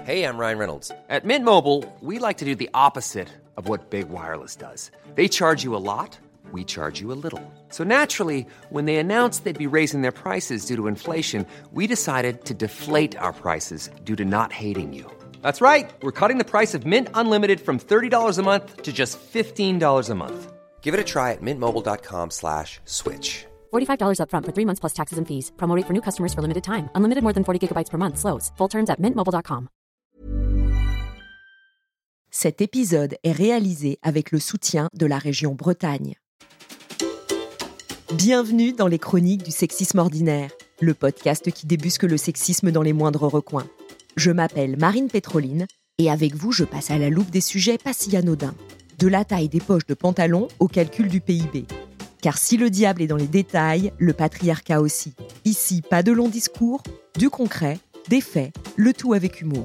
Hey, I'm Ryan Reynolds. At Mint Mobile, we like to do the opposite of what Big Wireless does. They charge you a lot, we charge you a little. So naturally, when they announced they'd be raising their prices due to inflation, we decided to deflate our prices due to not hating you. That's right. We're cutting the price of Mint Unlimited from $30 a month to just $15 a month. Give it a try at mintmobile.com/switch. $45 up front for 3 months plus taxes and fees. Promo rate for new customers for limited time. Unlimited more than 40 gigabytes per month. Slows full terms at mintmobile.com. Cet épisode est réalisé avec le soutien de la région Bretagne. Bienvenue dans les chroniques du sexisme ordinaire, le podcast qui débusque le sexisme dans les moindres recoins. Je m'appelle Marine Pétroline et avec vous, je passe à la loupe des sujets pas si anodins. De la taille des poches de pantalon au calcul du PIB. Car si le diable est dans les détails, le patriarcat aussi. Ici, pas de longs discours, du concret, des faits, le tout avec humour.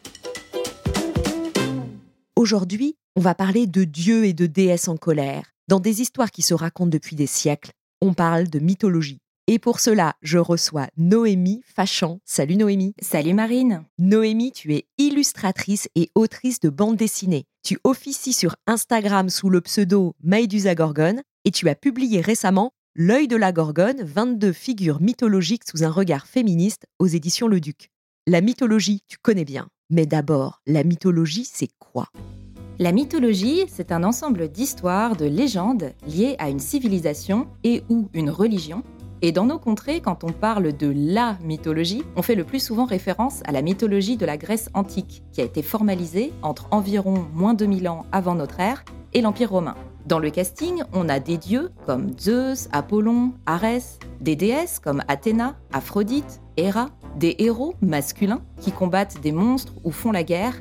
Aujourd'hui, on va parler de dieux et de déesses en colère. Dans des histoires qui se racontent depuis des siècles, on parle de mythologie. Et pour cela, je reçois Noémie Fachan. Salut Noémie. Salut Marine. Noémie, tu es illustratrice et autrice de bande dessinée. Tu officies sur Instagram sous le pseudo Maïdusa Gorgone et tu as publié récemment L'œil de la Gorgone, 22 figures mythologiques sous un regard féministe aux éditions Le Duc. La mythologie, tu connais bien. Mais d'abord, la mythologie, c'est quoi ? La mythologie, c'est un ensemble d'histoires, de légendes liées à une civilisation et ou une religion. Et dans nos contrées, quand on parle de la mythologie, on fait le plus souvent référence à la mythologie de la Grèce antique, qui a été formalisée entre environ moins 2000 ans avant notre ère et l'Empire romain. Dans le casting, on a des dieux comme Zeus, Apollon, Arès, des déesses comme Athéna, Aphrodite, Héra, des héros masculins qui combattent des monstres ou font la guerre.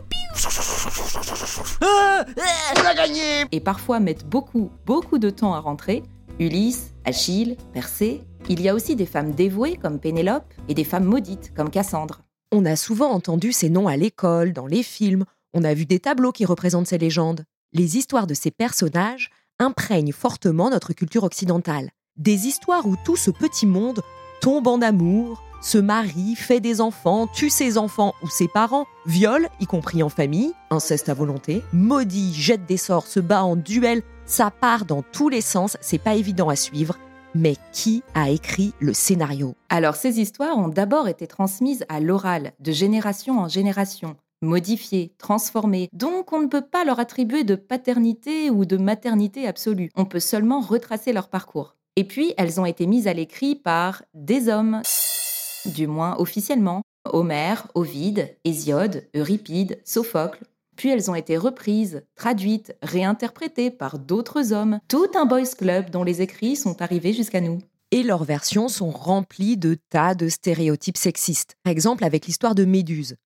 On a gagné! Et parfois mettent beaucoup de temps à rentrer. Ulysse, Achille, Persée. Il y a aussi des femmes dévouées comme Pénélope et des femmes maudites comme Cassandre. On a souvent entendu ces noms à l'école, dans les films. On a vu des tableaux qui représentent ces légendes. Les histoires de ces personnages imprègnent fortement notre culture occidentale. Des histoires où tout ce petit monde tombe en amour, se marie, fait des enfants, tue ses enfants ou ses parents, viole, y compris en famille, inceste à volonté, maudit, jette des sorts, se bat en duel. Ça part dans tous les sens, c'est pas évident à suivre. Mais qui a écrit le scénario ? Alors ces histoires ont d'abord été transmises à l'oral, de génération en génération, modifiées, transformées. Donc on ne peut pas leur attribuer de paternité ou de maternité absolue. On peut seulement retracer leur parcours. Et puis elles ont été mises à l'écrit par des hommes, du moins officiellement, Homère, Ovide, Hésiode, Euripide, Sophocle. Puis elles ont été reprises, traduites, réinterprétées par d'autres hommes. Tout un boys club dont les écrits sont arrivés jusqu'à nous. Et leurs versions sont remplies de tas de stéréotypes sexistes. Par exemple avec l'histoire de Méduse.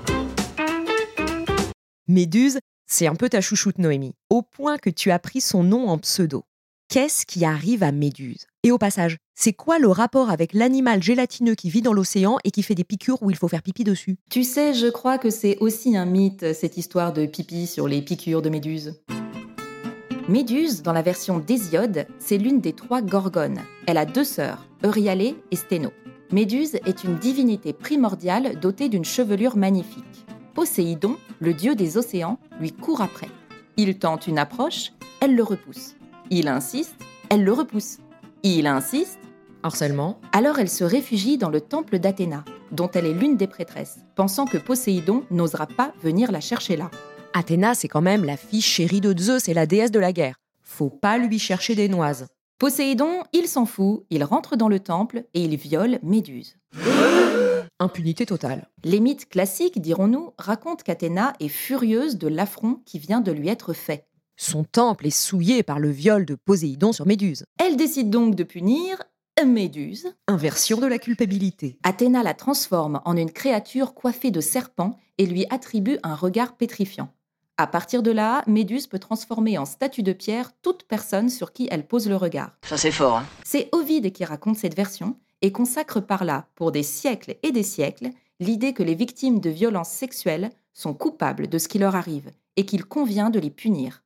Méduse, c'est un peu ta chouchoute Noémie, au point que tu as pris son nom en pseudo. Qu'est-ce qui arrive à Méduse ? Et au passage, c'est quoi le rapport avec l'animal gélatineux qui vit dans l'océan et qui fait des piqûres où il faut faire pipi dessus ? Tu sais, je crois que c'est aussi un mythe, cette histoire de pipi sur les piqûres de Méduse. Méduse, dans la version d'Hésiode, c'est l'une des 3 Gorgones. Elle a 2 sœurs, Euryalée et Sténo. Méduse est une divinité primordiale dotée d'une chevelure magnifique. Poséidon, le dieu des océans, lui court après. Il tente une approche, elle le repousse. Il insiste, elle le repousse. Il insiste. Harcèlement. Alors elle se réfugie dans le temple d'Athéna, dont elle est l'une des prêtresses, pensant que Poséidon n'osera pas venir la chercher là. Athéna, c'est quand même la fille chérie de Zeus et la déesse de la guerre. Faut pas lui chercher des noises. Poséidon, il s'en fout, il rentre dans le temple et il viole Méduse. Impunité totale. Les mythes classiques, dirons-nous, racontent qu'Athéna est furieuse de l'affront qui vient de lui être fait. Son temple est souillé par le viol de Poséidon sur Méduse. Elle décide donc de punir Méduse. Inversion de la culpabilité. Athéna la transforme en une créature coiffée de serpents et lui attribue un regard pétrifiant. À partir de là, Méduse peut transformer en statue de pierre toute personne sur qui elle pose le regard. Ça c'est fort, hein. C'est Ovide qui raconte cette version et consacre par là, pour des siècles et des siècles, l'idée que les victimes de violences sexuelles sont coupables de ce qui leur arrive et qu'il convient de les punir.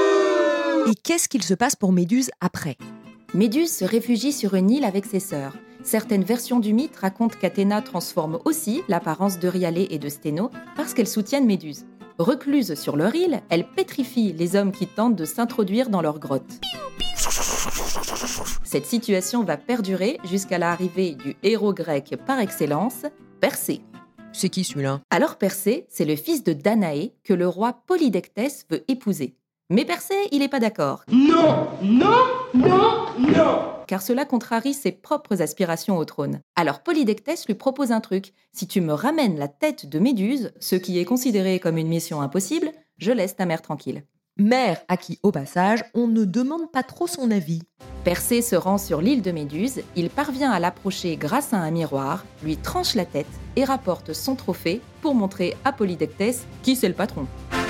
Et qu'est-ce qu'il se passe pour Méduse après ? Méduse se réfugie sur une île avec ses sœurs. Certaines versions du mythe racontent qu'Athéna transforme aussi l'apparence d'Euryalé et de Sténo parce qu'elles soutiennent Méduse. Recluses sur leur île, elles pétrifient les hommes qui tentent de s'introduire dans leur grotte. Cette situation va perdurer jusqu'à l'arrivée du héros grec par excellence, Persée. C'est qui celui-là ? Alors Persée, c'est le fils de Danaé que le roi Polydectès veut épouser. Mais Persée, il n'est pas d'accord. Non, non, non, non. Car cela contrarie ses propres aspirations au trône. Alors Polydectès lui propose un truc. Si tu me ramènes la tête de Méduse, ce qui est considéré comme une mission impossible, je laisse ta mère tranquille. Mère à qui, au passage, on ne demande pas trop son avis. Persée se rend sur l'île de Méduse, il parvient à l'approcher grâce à un miroir, lui tranche la tête et rapporte son trophée pour montrer à Polydectès qui c'est le patron.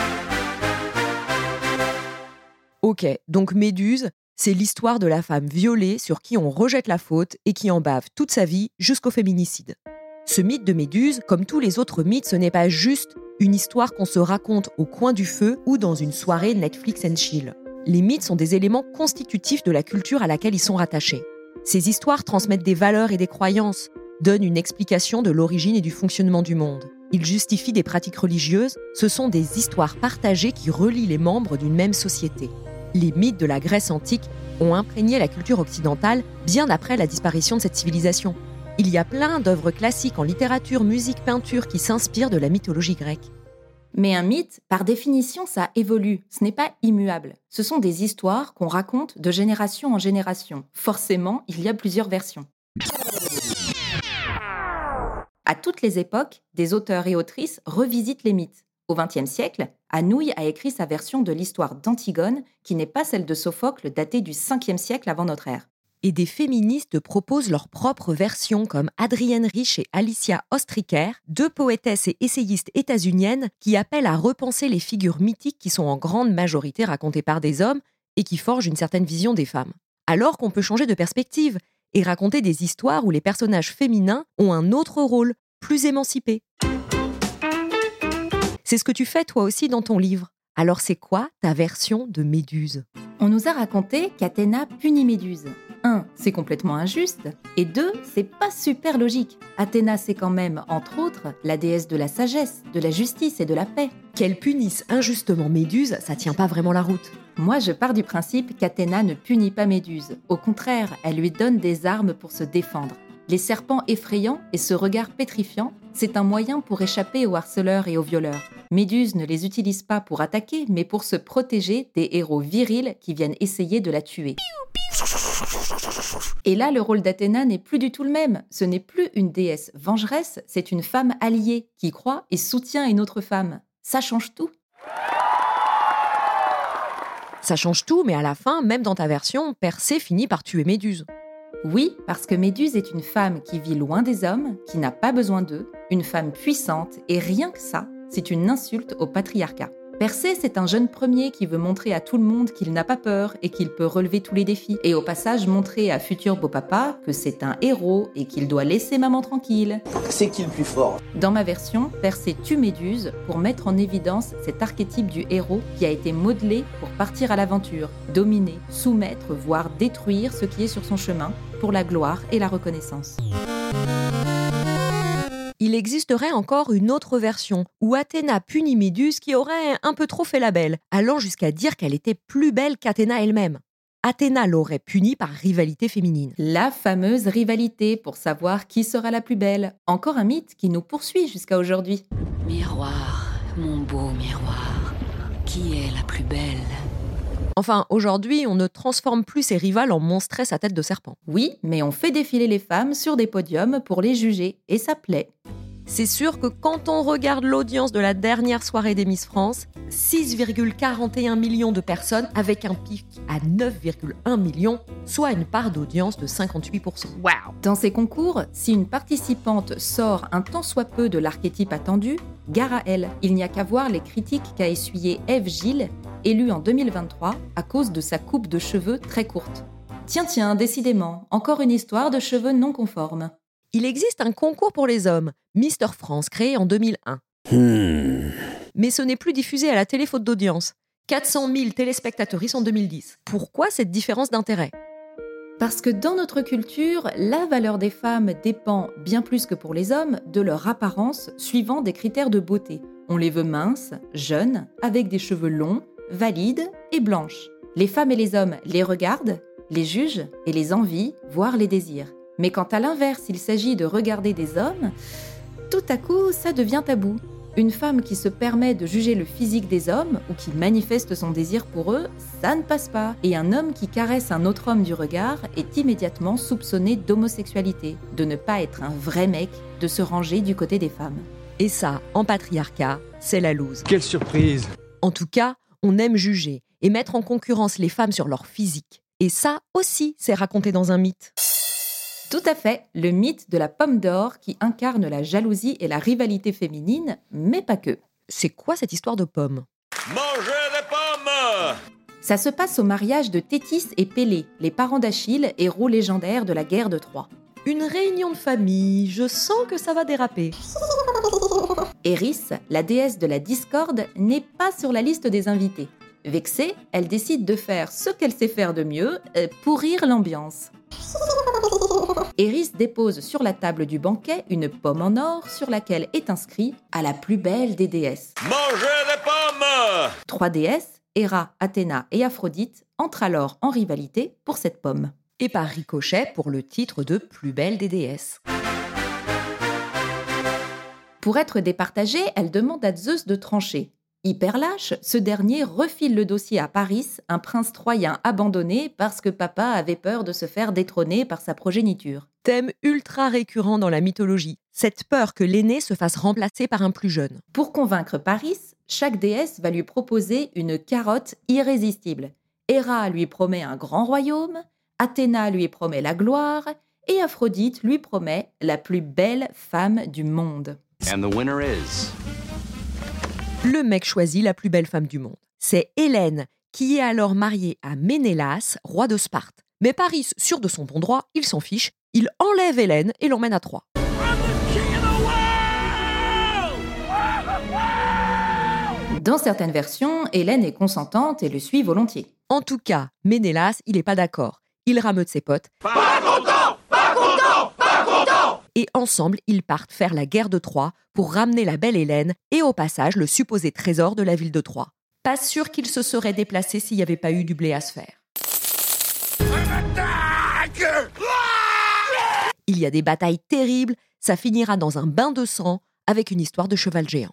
Ok, donc Méduse, c'est l'histoire de la femme violée sur qui on rejette la faute et qui en bave toute sa vie jusqu'au féminicide. Ce mythe de Méduse, comme tous les autres mythes, ce n'est pas juste une histoire qu'on se raconte au coin du feu ou dans une soirée Netflix and chill. Les mythes sont des éléments constitutifs de la culture à laquelle ils sont rattachés. Ces histoires transmettent des valeurs et des croyances, donnent une explication de l'origine et du fonctionnement du monde. Ils justifient des pratiques religieuses, ce sont des histoires partagées qui relient les membres d'une même société. Les mythes de la Grèce antique ont imprégné la culture occidentale bien après la disparition de cette civilisation. Il y a plein d'œuvres classiques en littérature, musique, peinture qui s'inspirent de la mythologie grecque. Mais un mythe, par définition, ça évolue, ce n'est pas immuable. Ce sont des histoires qu'on raconte de génération en génération. Forcément, il y a plusieurs versions. À toutes les époques, des auteurs et autrices revisitent les mythes. Au XXe siècle, Anouilh a écrit sa version de l'histoire d'Antigone, qui n'est pas celle de Sophocle, datée du 5e siècle avant notre ère. Et des féministes proposent leur propre version, comme Adrienne Rich et Alicia Ostriker, deux poétesses et essayistes états-uniennes qui appellent à repenser les figures mythiques qui sont en grande majorité racontées par des hommes et qui forgent une certaine vision des femmes. Alors qu'on peut changer de perspective et raconter des histoires où les personnages féminins ont un autre rôle, plus émancipé. C'est ce que tu fais toi aussi dans ton livre. Alors c'est quoi ta version de Méduse ? On nous a raconté qu'Athéna punit Méduse. 1, c'est complètement injuste. Et 2, c'est pas super logique. Athéna, c'est quand même, entre autres, la déesse de la sagesse, de la justice et de la paix. Qu'elle punisse injustement Méduse, ça tient pas vraiment la route. Moi, je pars du principe qu'Athéna ne punit pas Méduse. Au contraire, elle lui donne des armes pour se défendre. Les serpents effrayants et ce regard pétrifiant, c'est un moyen pour échapper aux harceleurs et aux violeurs. Méduse ne les utilise pas pour attaquer, mais pour se protéger des héros virils qui viennent essayer de la tuer. Et là, le rôle d'Athéna n'est plus du tout le même. Ce n'est plus une déesse vengeresse, c'est une femme alliée qui croit et soutient une autre femme. Ça change tout. Ça change tout, mais à la fin, même dans ta version, Persée finit par tuer Méduse. Oui, parce que Méduse est une femme qui vit loin des hommes, qui n'a pas besoin d'eux, une femme puissante, et rien que ça, c'est une insulte au patriarcat. Persée, c'est un jeune premier qui veut montrer à tout le monde qu'il n'a pas peur et qu'il peut relever tous les défis. Et au passage, montrer à futur beau-papa que c'est un héros et qu'il doit laisser maman tranquille. C'est qui le plus fort ? Dans ma version, Persée tue Méduse pour mettre en évidence cet archétype du héros qui a été modelé pour partir à l'aventure, dominer, soumettre, voire détruire ce qui est sur son chemin pour la gloire et la reconnaissance. Il existerait encore une autre version, où Athéna punit Méduse qui aurait un peu trop fait la belle, allant jusqu'à dire qu'elle était plus belle qu'Athéna elle-même. Athéna l'aurait punie par rivalité féminine. La fameuse rivalité pour savoir qui sera la plus belle. Encore un mythe qui nous poursuit jusqu'à aujourd'hui. Miroir, mon beau miroir, qui est la plus belle ? Enfin, aujourd'hui, on ne transforme plus ses rivales en monstresses à tête de serpent. Oui, mais on fait défiler les femmes sur des podiums pour les juger, et ça plaît. C'est sûr que quand on regarde l'audience de la dernière soirée des Miss France, 6,41 millions de personnes avec un pic à 9,1 millions, soit une part d'audience de 58%. Wow. Dans ces concours, si une participante sort un tant soit peu de l'archétype attendu, gare à elle. Il n'y a qu'à voir les critiques qu'a essuyé Ève Gilles, élue en 2023 à cause de sa coupe de cheveux très courte. Tiens, décidément, encore une histoire de cheveux non conformes. Il existe un concours pour les hommes, Mister France, créé en 2001. Mais ce n'est plus diffusé à la télé faute d'audience. 400 000 téléspectateurs en 2010. Pourquoi cette différence d'intérêt ? Parce que dans notre culture, la valeur des femmes dépend, bien plus que pour les hommes, de leur apparence suivant des critères de beauté. On les veut minces, jeunes, avec des cheveux longs, valides et blanches. Les femmes et les hommes les regardent, les jugent et les envient, voire les désirent. Mais quand à l'inverse, il s'agit de regarder des hommes, tout à coup, ça devient tabou. Une femme qui se permet de juger le physique des hommes ou qui manifeste son désir pour eux, ça ne passe pas. Et un homme qui caresse un autre homme du regard est immédiatement soupçonné d'homosexualité, de ne pas être un vrai mec, de se ranger du côté des femmes. Et ça, en patriarcat, c'est la loose. Quelle surprise! En tout cas, on aime juger et mettre en concurrence les femmes sur leur physique. Et ça aussi, c'est raconté dans un mythe. Tout à fait, le mythe de la pomme d'or qui incarne la jalousie et la rivalité féminine, mais pas que. C'est quoi cette histoire de pomme ? Mangez des pommes! Ça se passe au mariage de Thétis et Pélée, les parents d'Achille, héros légendaires de la guerre de Troie. Une réunion de famille, je sens que ça va déraper. Eris, la déesse de la discorde, n'est pas sur la liste des invités. Vexée, elle décide de faire ce qu'elle sait faire de mieux, pourrir l'ambiance. Eris dépose sur la table du banquet une pomme en or sur laquelle est inscrit « À la plus belle des déesses ». Mangez des pommes! 3 déesses, Héra, Athéna et Aphrodite, entrent alors en rivalité pour cette pomme. Et par ricochet pour le titre de plus belle des déesses. Pour être départagée, elle demande à Zeus de trancher. Hyper lâche, ce dernier refile le dossier à Paris, un prince troyen abandonné parce que papa avait peur de se faire détrôner par sa progéniture. Thème ultra récurrent dans la mythologie, cette peur que l'aîné se fasse remplacer par un plus jeune. Pour convaincre Paris, chaque déesse va lui proposer une carotte irrésistible. Héra lui promet un grand royaume, Athéna lui promet la gloire et Aphrodite lui promet la plus belle femme du monde. And the winner is... Le mec choisit la plus belle femme du monde. C'est Hélène, qui est alors mariée à Ménélas, roi de Sparte. Mais Paris, sûr de son bon droit, il s'en fiche, il enlève Hélène et l'emmène à Troie. Dans certaines versions, Hélène est consentante et le suit volontiers. En tout cas, Ménélas, il n'est pas d'accord. Il rameute ses potes. Pas content! Pas content! Pas content! Et ensemble, ils partent faire la guerre de Troie pour ramener la belle Hélène et au passage le supposé trésor de la ville de Troie. Pas sûr qu'il se serait déplacé s'il n'y avait pas eu du blé à se faire. Il y a des batailles terribles, ça finira dans un bain de sang avec une histoire de cheval géant.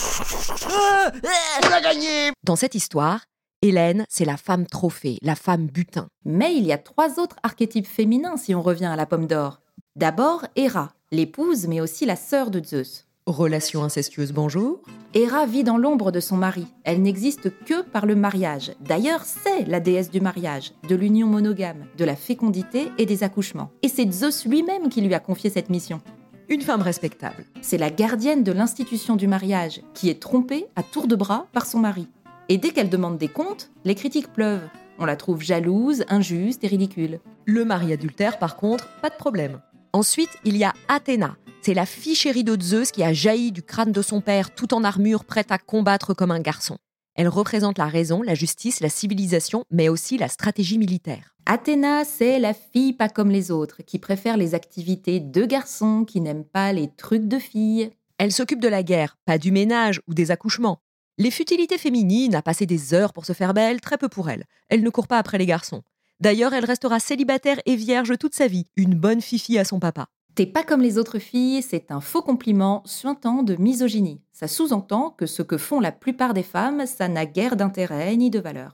On a gagné! Dans cette histoire, Hélène, c'est la femme trophée, la femme butin. Mais il y a 3 autres archétypes féminins si on revient à la pomme d'or. D'abord, Héra, l'épouse mais aussi la sœur de Zeus. Relation incestueuse, bonjour. Héra vit dans l'ombre de son mari. Elle n'existe que par le mariage. D'ailleurs, c'est la déesse du mariage, de l'union monogame, de la fécondité et des accouchements. Et c'est Zeus lui-même qui lui a confié cette mission. Une femme respectable. C'est la gardienne de l'institution du mariage, qui est trompée à tour de bras par son mari. Et dès qu'elle demande des comptes, les critiques pleuvent. On la trouve jalouse, injuste et ridicule. Le mari adultère, par contre, pas de problème. Ensuite, il y a Athéna. C'est la fille chérie de Zeus qui a jailli du crâne de son père tout en armure, prête à combattre comme un garçon. Elle représente la raison, la justice, la civilisation, mais aussi la stratégie militaire. Athéna, c'est la fille pas comme les autres, qui préfère les activités de garçons, qui n'aime pas les trucs de filles. Elle s'occupe de la guerre, pas du ménage ou des accouchements. Les futilités féminines, à passer des heures pour se faire belle, très peu pour elle. Elle ne court pas après les garçons. D'ailleurs, elle restera célibataire et vierge toute sa vie, une bonne fifi à son papa. T'es pas comme les autres filles, c'est un faux compliment suintant de misogynie. Ça sous-entend que ce que font la plupart des femmes, ça n'a guère d'intérêt ni de valeur.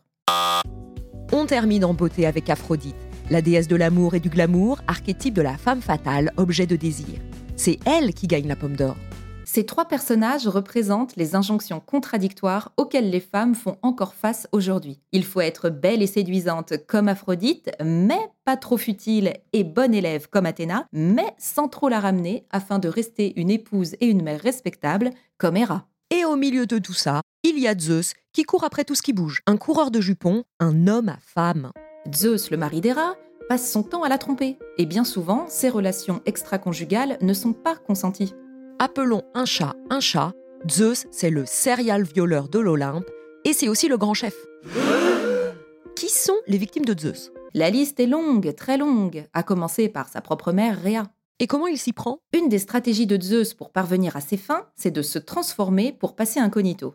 On termine en beauté avec Aphrodite, la déesse de l'amour et du glamour, archétype de la femme fatale, objet de désir. C'est elle qui gagne la pomme d'or. Ces 3 personnages représentent les injonctions contradictoires auxquelles les femmes font encore face aujourd'hui. Il faut être belle et séduisante comme Aphrodite, mais pas trop futile et bonne élève comme Athéna, mais sans trop la ramener afin de rester une épouse et une mère respectable comme Héra. Et au milieu de tout ça, il y a Zeus qui court après tout ce qui bouge. Un coureur de jupons, un homme à femme. Zeus, le mari d'Héra, passe son temps à la tromper. Et bien souvent, ces relations extra-conjugales ne sont pas consenties. Appelons un chat, Zeus, c'est le serial violeur de l'Olympe et c'est aussi le grand chef. Qui sont les victimes de Zeus ? La liste est longue, très longue, à commencer par sa propre mère Rhea. Et comment il s'y prend ? Une des stratégies de Zeus pour parvenir à ses fins, c'est de se transformer pour passer incognito.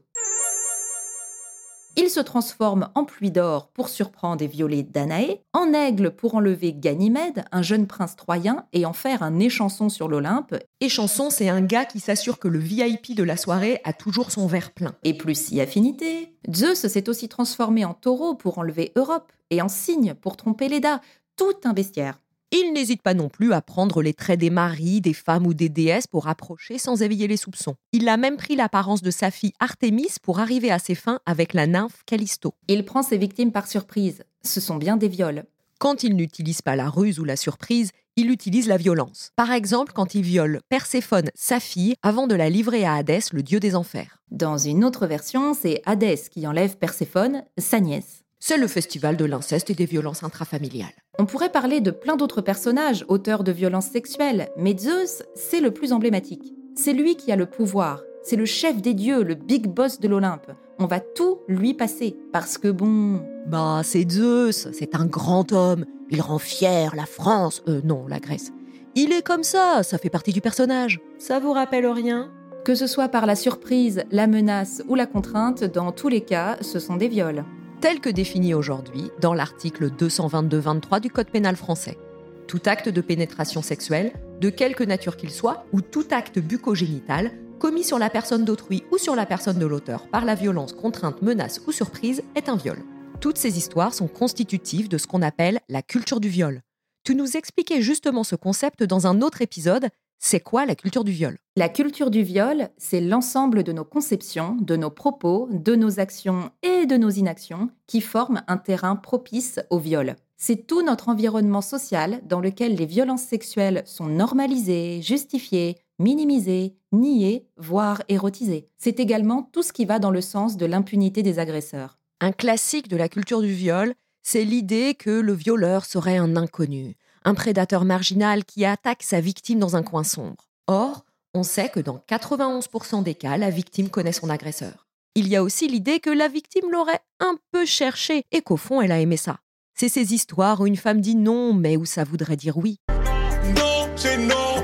Il se transforme en pluie d'or pour surprendre et violer Danaé, en aigle pour enlever Ganymède, un jeune prince troyen, et en faire un échanson sur l'Olympe. Échanson, c'est un gars qui s'assure que le VIP de la soirée a toujours son verre plein. Et plus si affinité. Zeus s'est aussi transformé en taureau pour enlever Europe, et en cygne pour tromper Léda, tout un bestiaire. Il n'hésite pas non plus à prendre les traits des maris, des femmes ou des déesses pour approcher sans éveiller les soupçons. Il a même pris l'apparence de sa fille Artémis pour arriver à ses fins avec la nymphe Callisto. Il prend ses victimes par surprise. Ce sont bien des viols. Quand il n'utilise pas la ruse ou la surprise, il utilise la violence. Par exemple, quand il viole Perséphone, sa fille, avant de la livrer à Hadès, le dieu des enfers. Dans une autre version, c'est Hadès qui enlève Perséphone, sa nièce. C'est le festival de l'inceste et des violences intrafamiliales. On pourrait parler de plein d'autres personnages, auteurs de violences sexuelles, mais Zeus, c'est le plus emblématique. C'est lui qui a le pouvoir, c'est le chef des dieux, le big boss de l'Olympe. On va tout lui passer, parce que bon... c'est Zeus, c'est un grand homme. Il rend fier la France, la Grèce. Il est comme ça fait partie du personnage. Ça vous rappelle rien ? Que ce soit par la surprise, la menace ou la contrainte, dans tous les cas, ce sont des viols. Tel que défini aujourd'hui dans l'article 222-23 du Code pénal français. Tout acte de pénétration sexuelle, de quelque nature qu'il soit, ou tout acte bucco-génital, commis sur la personne d'autrui ou sur la personne de l'auteur par la violence, contrainte, menace ou surprise, est un viol. Toutes ces histoires sont constitutives de ce qu'on appelle la culture du viol. Tu nous expliquais justement ce concept dans un autre épisode. C'est quoi la culture du viol ? La culture du viol, c'est l'ensemble de nos conceptions, de nos propos, de nos actions et de nos inactions qui forment un terrain propice au viol. C'est tout notre environnement social dans lequel les violences sexuelles sont normalisées, justifiées, minimisées, niées, voire érotisées. C'est également tout ce qui va dans le sens de l'impunité des agresseurs. Un classique de la culture du viol, c'est l'idée que le violeur serait un inconnu. Un prédateur marginal qui attaque sa victime dans un coin sombre. Or, on sait que dans 91% des cas, la victime connaît son agresseur. Il y a aussi l'idée que la victime l'aurait un peu cherché et qu'au fond, elle a aimé ça. C'est ces histoires où une femme dit non, mais où ça voudrait dire oui. Non, c'est non.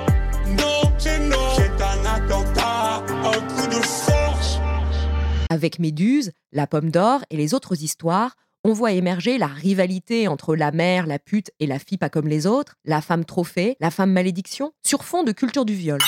Non, c'est non. C'est un attentat, un coup de force. Avec Méduse, la pomme d'or et les autres histoires, on voit émerger la rivalité entre la mère, la pute et la fille pas comme les autres, la femme trophée, la femme malédiction, sur fond de culture du viol.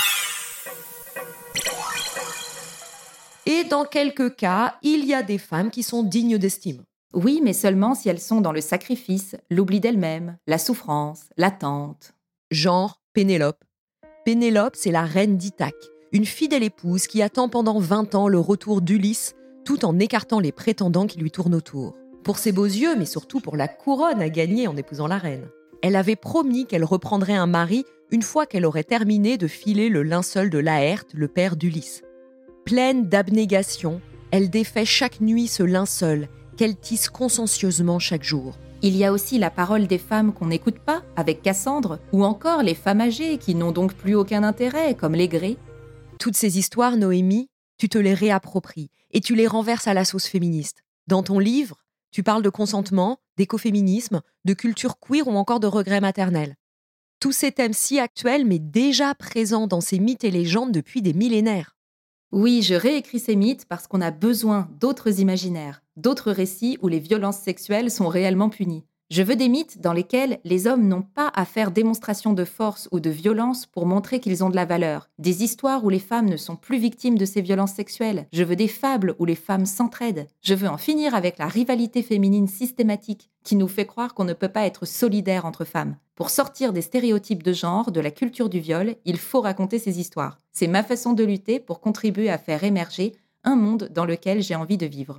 Et dans quelques cas, il y a des femmes qui sont dignes d'estime. Oui, mais seulement si elles sont dans le sacrifice, l'oubli d'elles-mêmes, la souffrance, l'attente. Genre Pénélope. Pénélope, c'est la reine d'Ithaque, une fidèle épouse qui attend pendant 20 ans le retour d'Ulysse, tout en écartant les prétendants qui lui tournent autour. Pour ses beaux yeux, mais surtout pour la couronne à gagner en épousant la reine. Elle avait promis qu'elle reprendrait un mari une fois qu'elle aurait terminé de filer le linceul de Laërte, le père d'Ulysse. Pleine d'abnégation, elle défait chaque nuit ce linceul qu'elle tisse consciencieusement chaque jour. Il y a aussi la parole des femmes qu'on n'écoute pas, avec Cassandre, ou encore les femmes âgées qui n'ont donc plus aucun intérêt, comme les Grées. Toutes ces histoires, Noémie, tu te les réappropries et tu les renverses à la sauce féministe. Dans ton livre, tu parles de consentement, d'écoféminisme, de culture queer ou encore de regret maternel. Tous ces thèmes si actuels mais déjà présents dans ces mythes et légendes depuis des millénaires. Oui, je réécris ces mythes parce qu'on a besoin d'autres imaginaires, d'autres récits où les violences sexuelles sont réellement punies. Je veux des mythes dans lesquels les hommes n'ont pas à faire démonstration de force ou de violence pour montrer qu'ils ont de la valeur. Des histoires où les femmes ne sont plus victimes de ces violences sexuelles. Je veux des fables où les femmes s'entraident. Je veux en finir avec la rivalité féminine systématique qui nous fait croire qu'on ne peut pas être solidaire entre femmes. Pour sortir des stéréotypes de genre, de la culture du viol, il faut raconter ces histoires. C'est ma façon de lutter pour contribuer à faire émerger un monde dans lequel j'ai envie de vivre.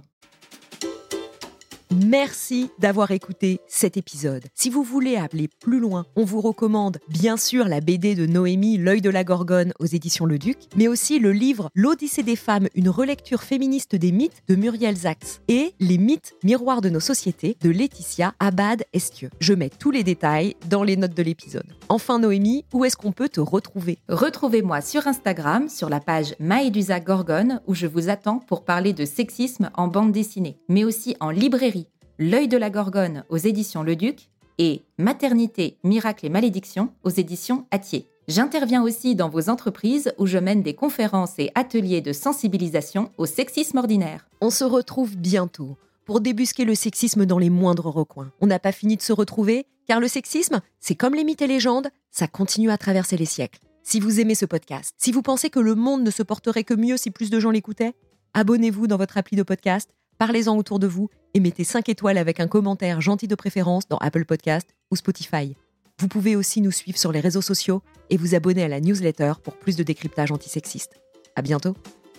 Merci d'avoir écouté cet épisode. Si vous voulez aller plus loin, on vous recommande bien sûr la BD de Noémie, L'œil de la Gorgone aux éditions Le Duc, mais aussi le livre L'Odyssée des femmes, une relecture féministe des mythes de Muriel Zaks et Les mythes, miroirs de nos sociétés de Laetitia Abad-Estieux. Je mets tous les détails dans les notes de l'épisode. Enfin Noémie, où est-ce qu'on peut te retrouver ? Retrouvez-moi sur Instagram, sur la page Maëdusa Gorgone, où je vous attends pour parler de sexisme en bande dessinée, mais aussi en librairie. L'œil de la Gorgone aux éditions Le Duc et Maternité, Miracle et Malédiction aux éditions Hatier. J'interviens aussi dans vos entreprises où je mène des conférences et ateliers de sensibilisation au sexisme ordinaire. On se retrouve bientôt pour débusquer le sexisme dans les moindres recoins. On n'a pas fini de se retrouver, car le sexisme, c'est comme les mythes et légendes, ça continue à traverser les siècles. Si vous aimez ce podcast, si vous pensez que le monde ne se porterait que mieux si plus de gens l'écoutaient, abonnez-vous dans votre appli de podcast, parlez-en autour de vous et mettez 5 étoiles avec un commentaire gentil de préférence dans Apple Podcast ou Spotify. Vous pouvez aussi nous suivre sur les réseaux sociaux et vous abonner à la newsletter pour plus de décryptage antisexiste. À bientôt.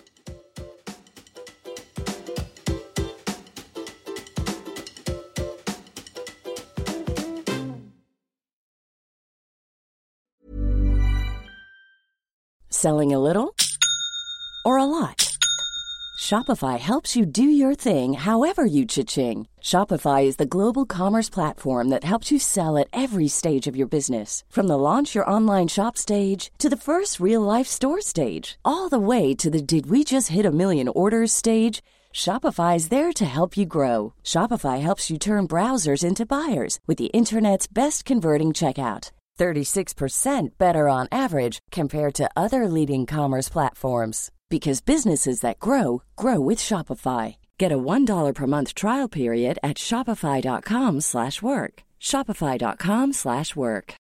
Selling a little or a lot? Shopify helps you do your thing however you cha-ching. Shopify is the global commerce platform that helps you sell at every stage of your business. From the launch your online shop stage to the first real-life store stage, all the way to the did we just hit a million orders stage. Shopify is there to help you grow. Shopify helps you turn browsers into buyers with the internet's best converting checkout. 36% better on average compared to other leading commerce platforms. Because businesses that grow, grow with Shopify. Get a $1 per month trial period at shopify.com/work. Shopify.com/work.